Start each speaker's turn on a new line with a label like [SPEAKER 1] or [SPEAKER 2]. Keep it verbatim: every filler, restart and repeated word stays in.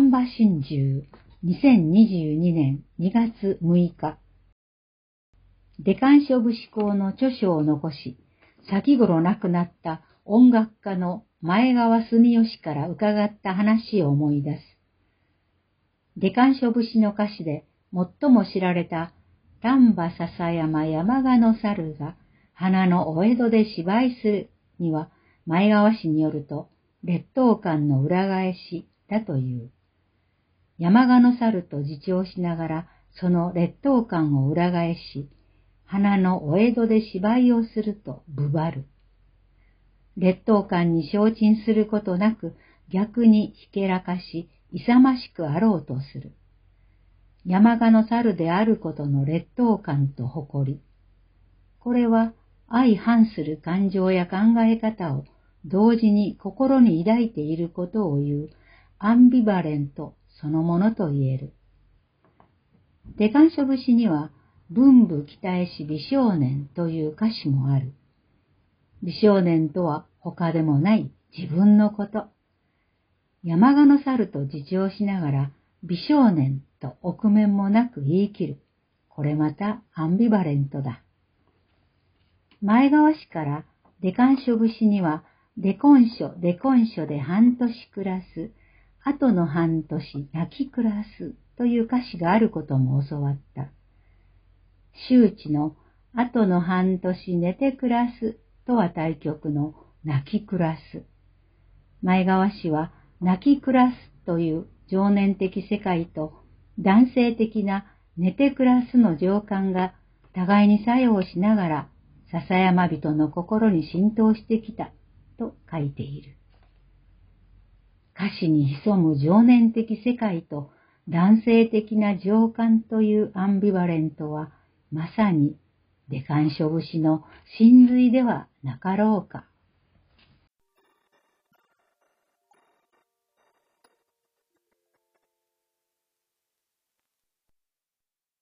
[SPEAKER 1] 丹波真珠にせんにじゅうにねんにがつむいか。デカン書節公の著書を残し、先頃亡くなった音楽家の前川住吉から伺った話を思い出す。デカン書節の歌詞で最も知られた丹波篠山山鹿の猿が花のお江戸で芝居するには、前川氏によると劣等感の裏返しだという。山鹿の猿と自重しながらその劣等感を裏返し、花のお江戸で芝居をするとぶばる。劣等感に承沈することなく逆にひけらかし勇ましくあろうとする。山鹿の猿であることの劣等感と誇り。これは相反する感情や考え方を同時に心に抱いていることを言うアンビバレントそのものと言える。デカン書節には文武期待し美少年という歌詞もある。美少年とは他でもない自分のこと。山鹿の猿と自重しながら美少年と臆面もなく言い切る。これまたアンビバレントだ。前川氏からデカン書節にはデコン書、デコン書で半年暮らす、後の半年泣き暮らすという歌詞があることも教わった。周知の後の半年寝て暮らすとは対極の泣き暮らす。前川氏は泣き暮らすという情念的世界と男性的な寝て暮らすの情感が互いに作用しながら篠山人の心に浸透してきたと書いている。歌詞に潜む情念的世界と男性的な情感というアンビバレントはまさにデカン書節の真髄ではなかろうか。